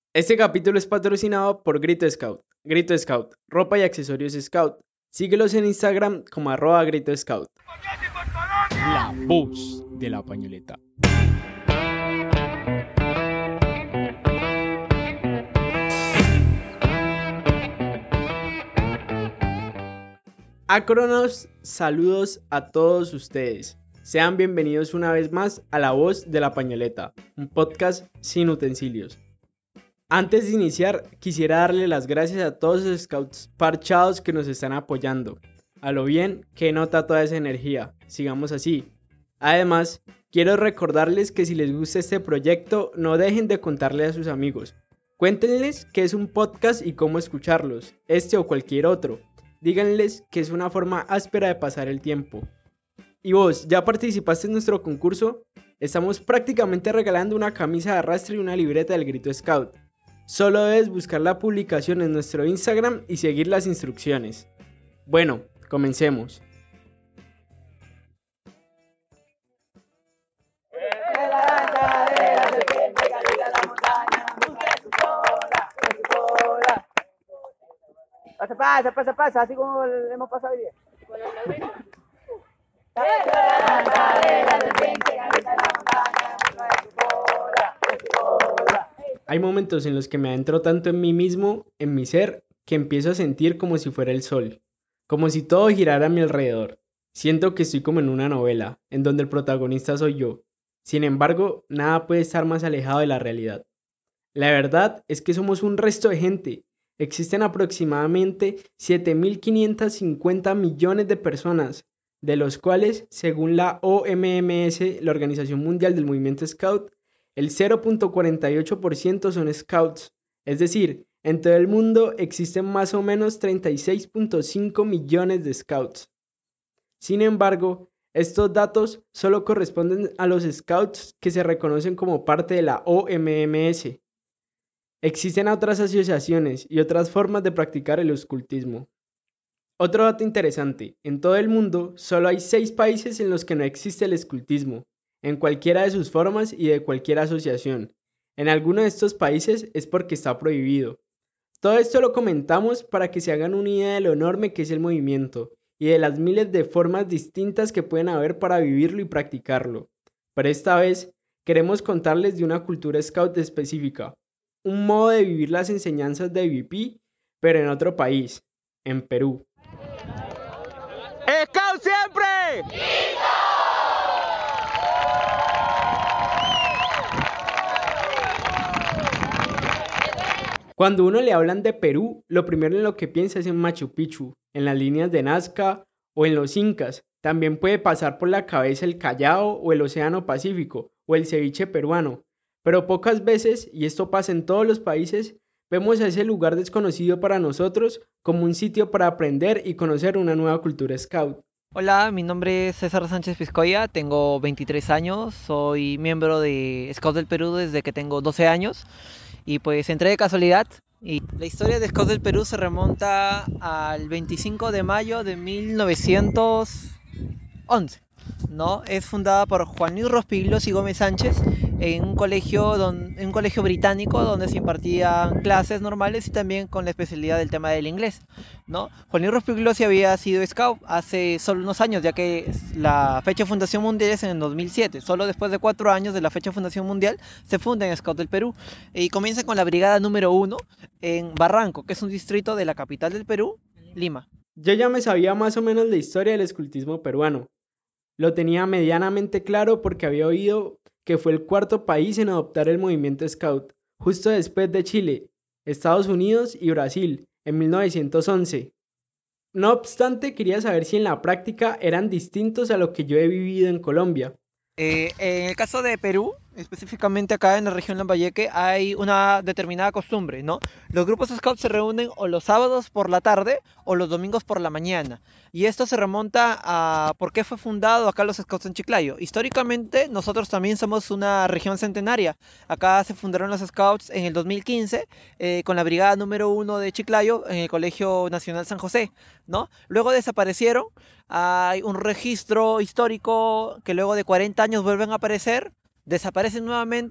Este capítulo es patrocinado por Grito Scout. Grito Scout, ropa y accesorios Scout. Síguelos en Instagram como @Grito Scout. La voz de la pañoleta. Acronos, saludos a todos ustedes. Sean bienvenidos una vez más a La Voz de la Pañoleta, un podcast sin utensilios. Antes de iniciar, quisiera darle las gracias a todos los scouts parchados que nos están apoyando. A lo bien que nota toda esa energía, sigamos así. Además, quiero recordarles que si les gusta este proyecto, no dejen de contarle a sus amigos. Cuéntenles qué es un podcast y cómo escucharlos, este o cualquier otro. Díganles que es una forma áspera de pasar el tiempo. ¿Y vos, ya participaste en nuestro concurso? Estamos prácticamente regalando una camisa de arrastre y una libreta del Grito Scout. Solo debes buscar la publicación en nuestro Instagram y seguir las instrucciones. Bueno, comencemos. Pasa, así como hemos pasado hoy día. Hay momentos en los que me adentro tanto en mí mismo, en mi ser, que empiezo a sentir como si fuera el sol, como si todo girara a mi alrededor. Siento que estoy como en una novela, en donde el protagonista soy yo. Sin embargo, nada puede estar más alejado de la realidad. La verdad es que somos un resto de gente. Existen aproximadamente 7.550 millones de personas, de los cuales, según la OMS, la Organización Mundial del Movimiento Scout, el 0.48% son scouts. Es decir, en todo el mundo existen más o menos 36.5 millones de scouts. Sin embargo, estos datos solo corresponden a los scouts que se reconocen como parte de la OMS. Existen otras asociaciones y otras formas de practicar el ocultismo. Otro dato interesante, en todo el mundo solo hay 6 países en los que no existe el escultismo, en cualquiera de sus formas y de cualquier asociación. En alguno de estos países es porque está prohibido. Todo esto lo comentamos para que se hagan una idea de lo enorme que es el movimiento y de las miles de formas distintas que pueden haber para vivirlo y practicarlo. Pero esta vez queremos contarles de una cultura scout específica, un modo de vivir las enseñanzas de VP, pero en otro país, en Perú. ¡Scout siempre! Cuando uno le hablan de Perú, lo primero en lo que piensa es en Machu Picchu, en las líneas de Nazca o en los Incas. También puede pasar por la cabeza el Callao o el Océano Pacífico o el ceviche peruano. Pero pocas veces, y esto pasa en todos los países, vemos a ese lugar desconocido para nosotros como un sitio para aprender y conocer una nueva cultura scout. Hola, mi nombre es César Sánchez Piscoya, tengo 23 años, soy miembro de Scouts del Perú desde que tengo 12 años y pues entré de casualidad. Y la historia de Scouts del Perú se remonta al 25 de mayo de 1911, ¿no? Es fundada por Juan Luis Rospigliosi y Gómez Sánchez en un colegio, británico donde se impartían clases normales y también con la especialidad del tema del inglés, ¿no? Juan Luis Rospigliosi había sido scout hace solo unos años, ya que la fecha de fundación mundial es en el 2007. Solo después de 4 años de la fecha de fundación mundial se funda en Scout del Perú y comienza con la brigada número 1 en Barranco, que es un distrito de la capital del Perú, Lima. Yo ya me sabía más o menos la historia del escultismo peruano. Lo tenía medianamente claro porque había oído que fue el cuarto país en adoptar el movimiento scout, justo después de Chile, Estados Unidos y Brasil, en 1911. No obstante, quería saber si en la práctica eran distintos a lo que yo he vivido en Colombia. En el caso de Perú, específicamente acá en la región Lambayeque, hay una determinada costumbre, ¿no? Los grupos scouts se reúnen o los sábados por la tarde o los domingos por la mañana. Y esto se remonta a por qué fue fundado acá los scouts en Chiclayo. Históricamente, nosotros también somos una región centenaria. Acá se fundaron los scouts en el 2015 con la brigada número 1 de Chiclayo en el Colegio Nacional San José, ¿no? Luego desaparecieron. Hay un registro histórico que luego de 40 años vuelven a aparecer, desaparecen nuevamente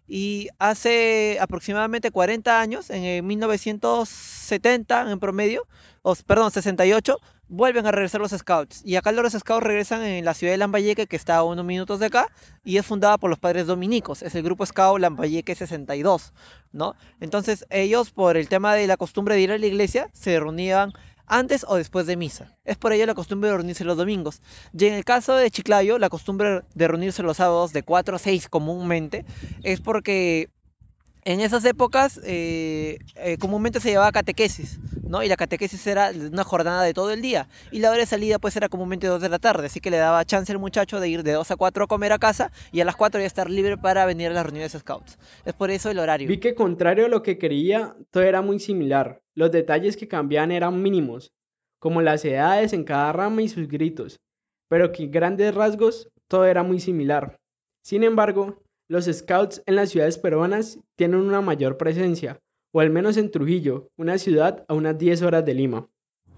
Y hace aproximadamente 40 años, en el 1970 en promedio, perdón, 68, vuelven a regresar los Scouts. Y acá los Scouts regresan en la ciudad de Lambayeque, que está a unos minutos de acá, y es fundada por los padres dominicos. Es el grupo Scout Lambayeque 62, ¿no? Entonces ellos, por el tema de la costumbre de ir a la iglesia, se reunían antes o después de misa. Es por ello la costumbre de reunirse los domingos. Y en el caso de Chiclayo, la costumbre de reunirse los sábados de 4 a 6 comúnmente, es porque en esas épocas comúnmente se llevaba catequesis, ¿no? Y la catequesis era una jornada de todo el día. Y la hora de salida pues era comúnmente 2 de la tarde. Así que le daba chance al muchacho de ir de 2 a 4 a comer a casa y a las 4 ya estar libre para venir a las reuniones scouts. Es por eso el horario. Vi que contrario a lo que creía, todo era muy similar. Los detalles que cambiaban eran mínimos, como las edades en cada rama y sus gritos, pero que en grandes rasgos todo era muy similar. Sin embargo, los scouts en las ciudades peruanas tienen una mayor presencia, o al menos en Trujillo, una ciudad a unas 10 horas de Lima.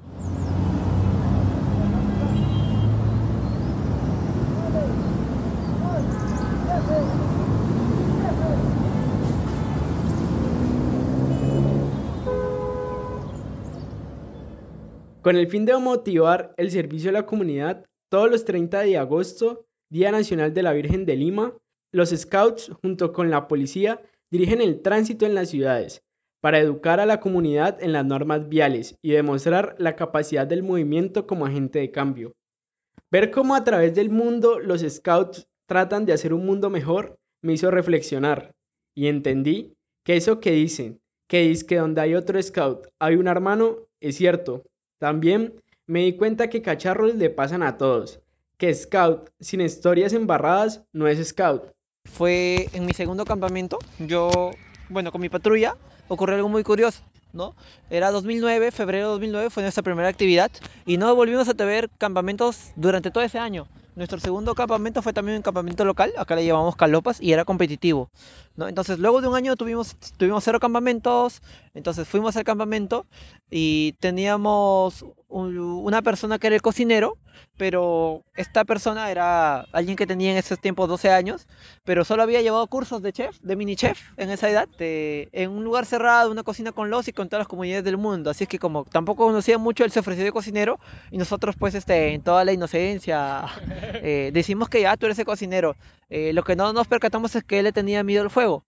Con el fin de motivar el servicio a la comunidad, todos los 30 de agosto, Día Nacional de la Virgen de Lima, los Scouts, junto con la policía, dirigen el tránsito en las ciudades para educar a la comunidad en las normas viales y demostrar la capacidad del movimiento como agente de cambio. Ver cómo a través del mundo los Scouts tratan de hacer un mundo mejor me hizo reflexionar y entendí que eso que dicen, que dice que donde hay otro Scout hay un hermano, es cierto. También me di cuenta que cacharros le pasan a todos, que Scout sin historias embarradas no es Scout. Fue en mi segundo campamento, bueno, con mi patrulla, ocurrió algo muy curioso, ¿no? Era 2009, febrero de 2009 fue nuestra primera actividad y no volvimos a tener campamentos durante todo ese año. Nuestro segundo campamento fue también un campamento local, acá le llamamos Calopas y era competitivo, ¿no? Entonces luego de un año tuvimos 0 campamentos, entonces fuimos al campamento y teníamos una persona que era el cocinero, pero esta persona era alguien que tenía en esos tiempos 12 años, pero solo había llevado cursos de chef, de mini chef en esa edad, en un lugar cerrado, una cocina con los y con todas las comunidades del mundo. Así es que como tampoco conocía mucho, él se ofreció de cocinero y nosotros pues en toda la inocencia decimos que ya tú eres el cocinero. Lo que no nos percatamos es que él le tenía miedo al fuego.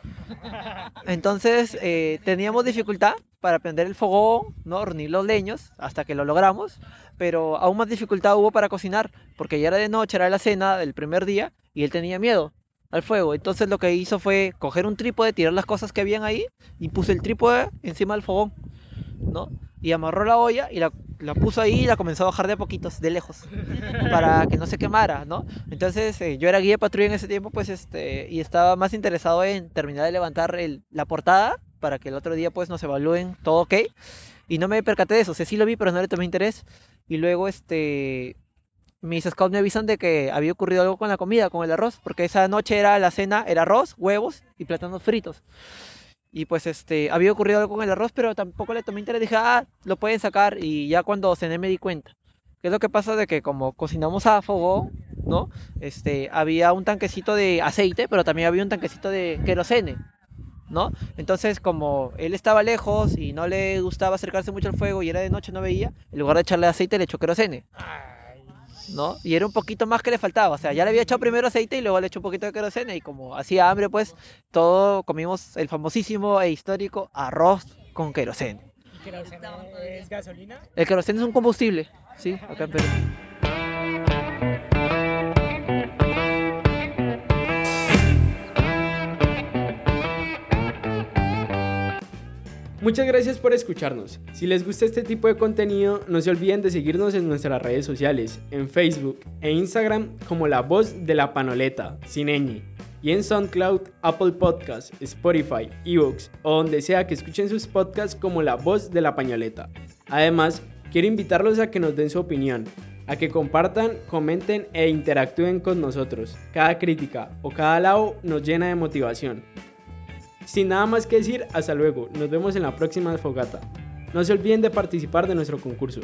Entonces teníamos dificultad para prender el fogón, ¿no? Reunir los leños hasta que lo logramos, pero aún más dificultad hubo para cocinar, porque ya era de noche, era la cena del primer día y él tenía miedo al fuego. Entonces lo que hizo fue coger un trípode, tirar las cosas que habían ahí y puso el trípode encima del fogón, ¿no? Y amarró la olla y la puso ahí y la comenzó a bajar de a poquitos, de lejos, para que no se quemara, ¿no? Entonces yo era guía de patrulla en ese tiempo, pues y estaba más interesado en terminar de levantar la portada para que el otro día pues nos evalúen todo ok. Y no me percaté de eso, o sea, sí lo vi, pero no le tomé interés. Y luego mis scouts me avisan de que había ocurrido algo con la comida, con el arroz, porque esa noche era la cena, era arroz, huevos y plátanos fritos. Y pues había ocurrido algo con el arroz, pero tampoco le tomé interés. Dije, lo pueden sacar. Y ya cuando cené me di cuenta. ¿Qué es lo que pasa? De que como cocinamos a fogón, ¿no? Había un tanquecito de aceite, pero también había un tanquecito de querosene, ¿no? Entonces, como él estaba lejos y no le gustaba acercarse mucho al fuego y era de noche, no veía, en lugar de echarle aceite, le echó querosene, ¿no? Y era un poquito más que le faltaba, o sea, ya le había echado primero aceite y luego le echó un poquito de querosene y como hacía hambre, pues, todo comimos el famosísimo e histórico arroz con querosene. ¿Y querosene es gasolina? El querosene es un combustible, ¿sí? Acá en Perú. Muchas gracias por escucharnos. Si les gusta este tipo de contenido, no se olviden de seguirnos en nuestras redes sociales, en Facebook e Instagram como La Voz de la Panoleta, sin ñ, y en SoundCloud, Apple Podcasts, Spotify, Evox o donde sea que escuchen sus podcasts como La Voz de la Pañoleta. Además, quiero invitarlos a que nos den su opinión, a que compartan, comenten e interactúen con nosotros. Cada crítica o cada alabo nos llena de motivación. Sin nada más que decir, hasta luego, nos vemos en la próxima fogata. No se olviden de participar de nuestro concurso.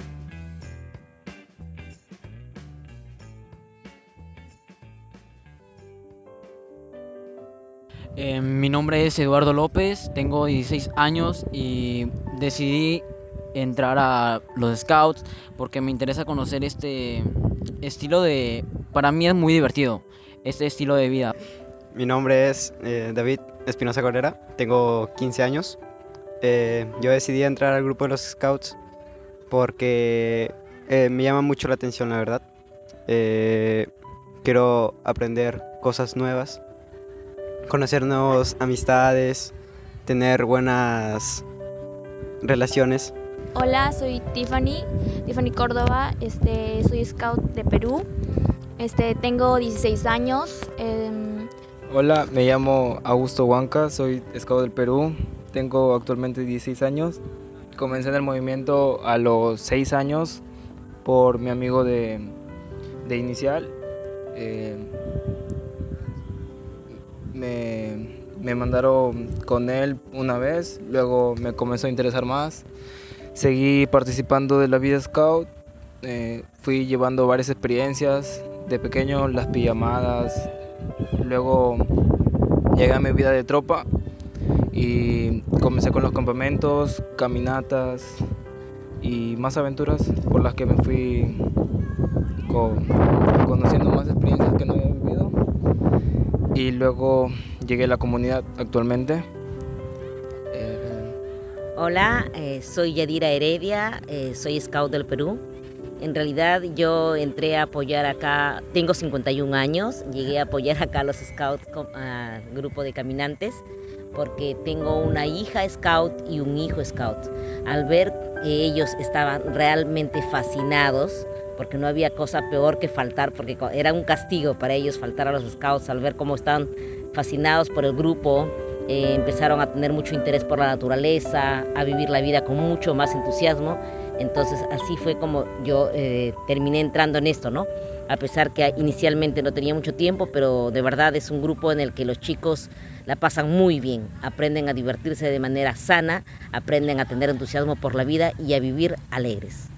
Mi nombre es Eduardo López, tengo 16 años y decidí entrar a los Scouts porque me interesa conocer este estilo de... Para mí es muy divertido, este estilo de vida. Mi nombre es David Espinosa Correa, tengo 15 años. Yo decidí entrar al grupo de los Scouts porque me llama mucho la atención, la verdad. Quiero aprender cosas nuevas, conocer nuevas amistades, tener buenas relaciones. Hola, soy Tiffany Córdoba, soy scout de Perú, tengo 16 años. Hola, me llamo Augusto Huanca, soy scout del Perú, tengo actualmente 16 años. Comencé en el movimiento a los 6 años por mi amigo de inicial. Me mandaron con él una vez, luego me comenzó a interesar más. Seguí participando de la vida scout, fui llevando varias experiencias, de pequeño las pijamadas, luego llegué a mi vida de tropa y comencé con los campamentos, caminatas y más aventuras por las que me fui conociendo más experiencias que no había vivido, y luego llegué a la comunidad actualmente. Hola, soy Yadira Heredia, soy scout del Perú. En realidad yo entré a apoyar acá, tengo 51 años, llegué a apoyar acá a los scouts, a grupo de caminantes, porque tengo una hija scout y un hijo scout. Al ver que ellos estaban realmente fascinados, porque no había cosa peor que faltar, porque era un castigo para ellos faltar a los scouts, al ver cómo estaban fascinados por el grupo, empezaron a tener mucho interés por la naturaleza, a vivir la vida con mucho más entusiasmo. Entonces así fue como yo terminé entrando en esto, ¿no? A pesar que inicialmente no tenía mucho tiempo, pero de verdad es un grupo en el que los chicos la pasan muy bien, aprenden a divertirse de manera sana, aprenden a tener entusiasmo por la vida y a vivir alegres.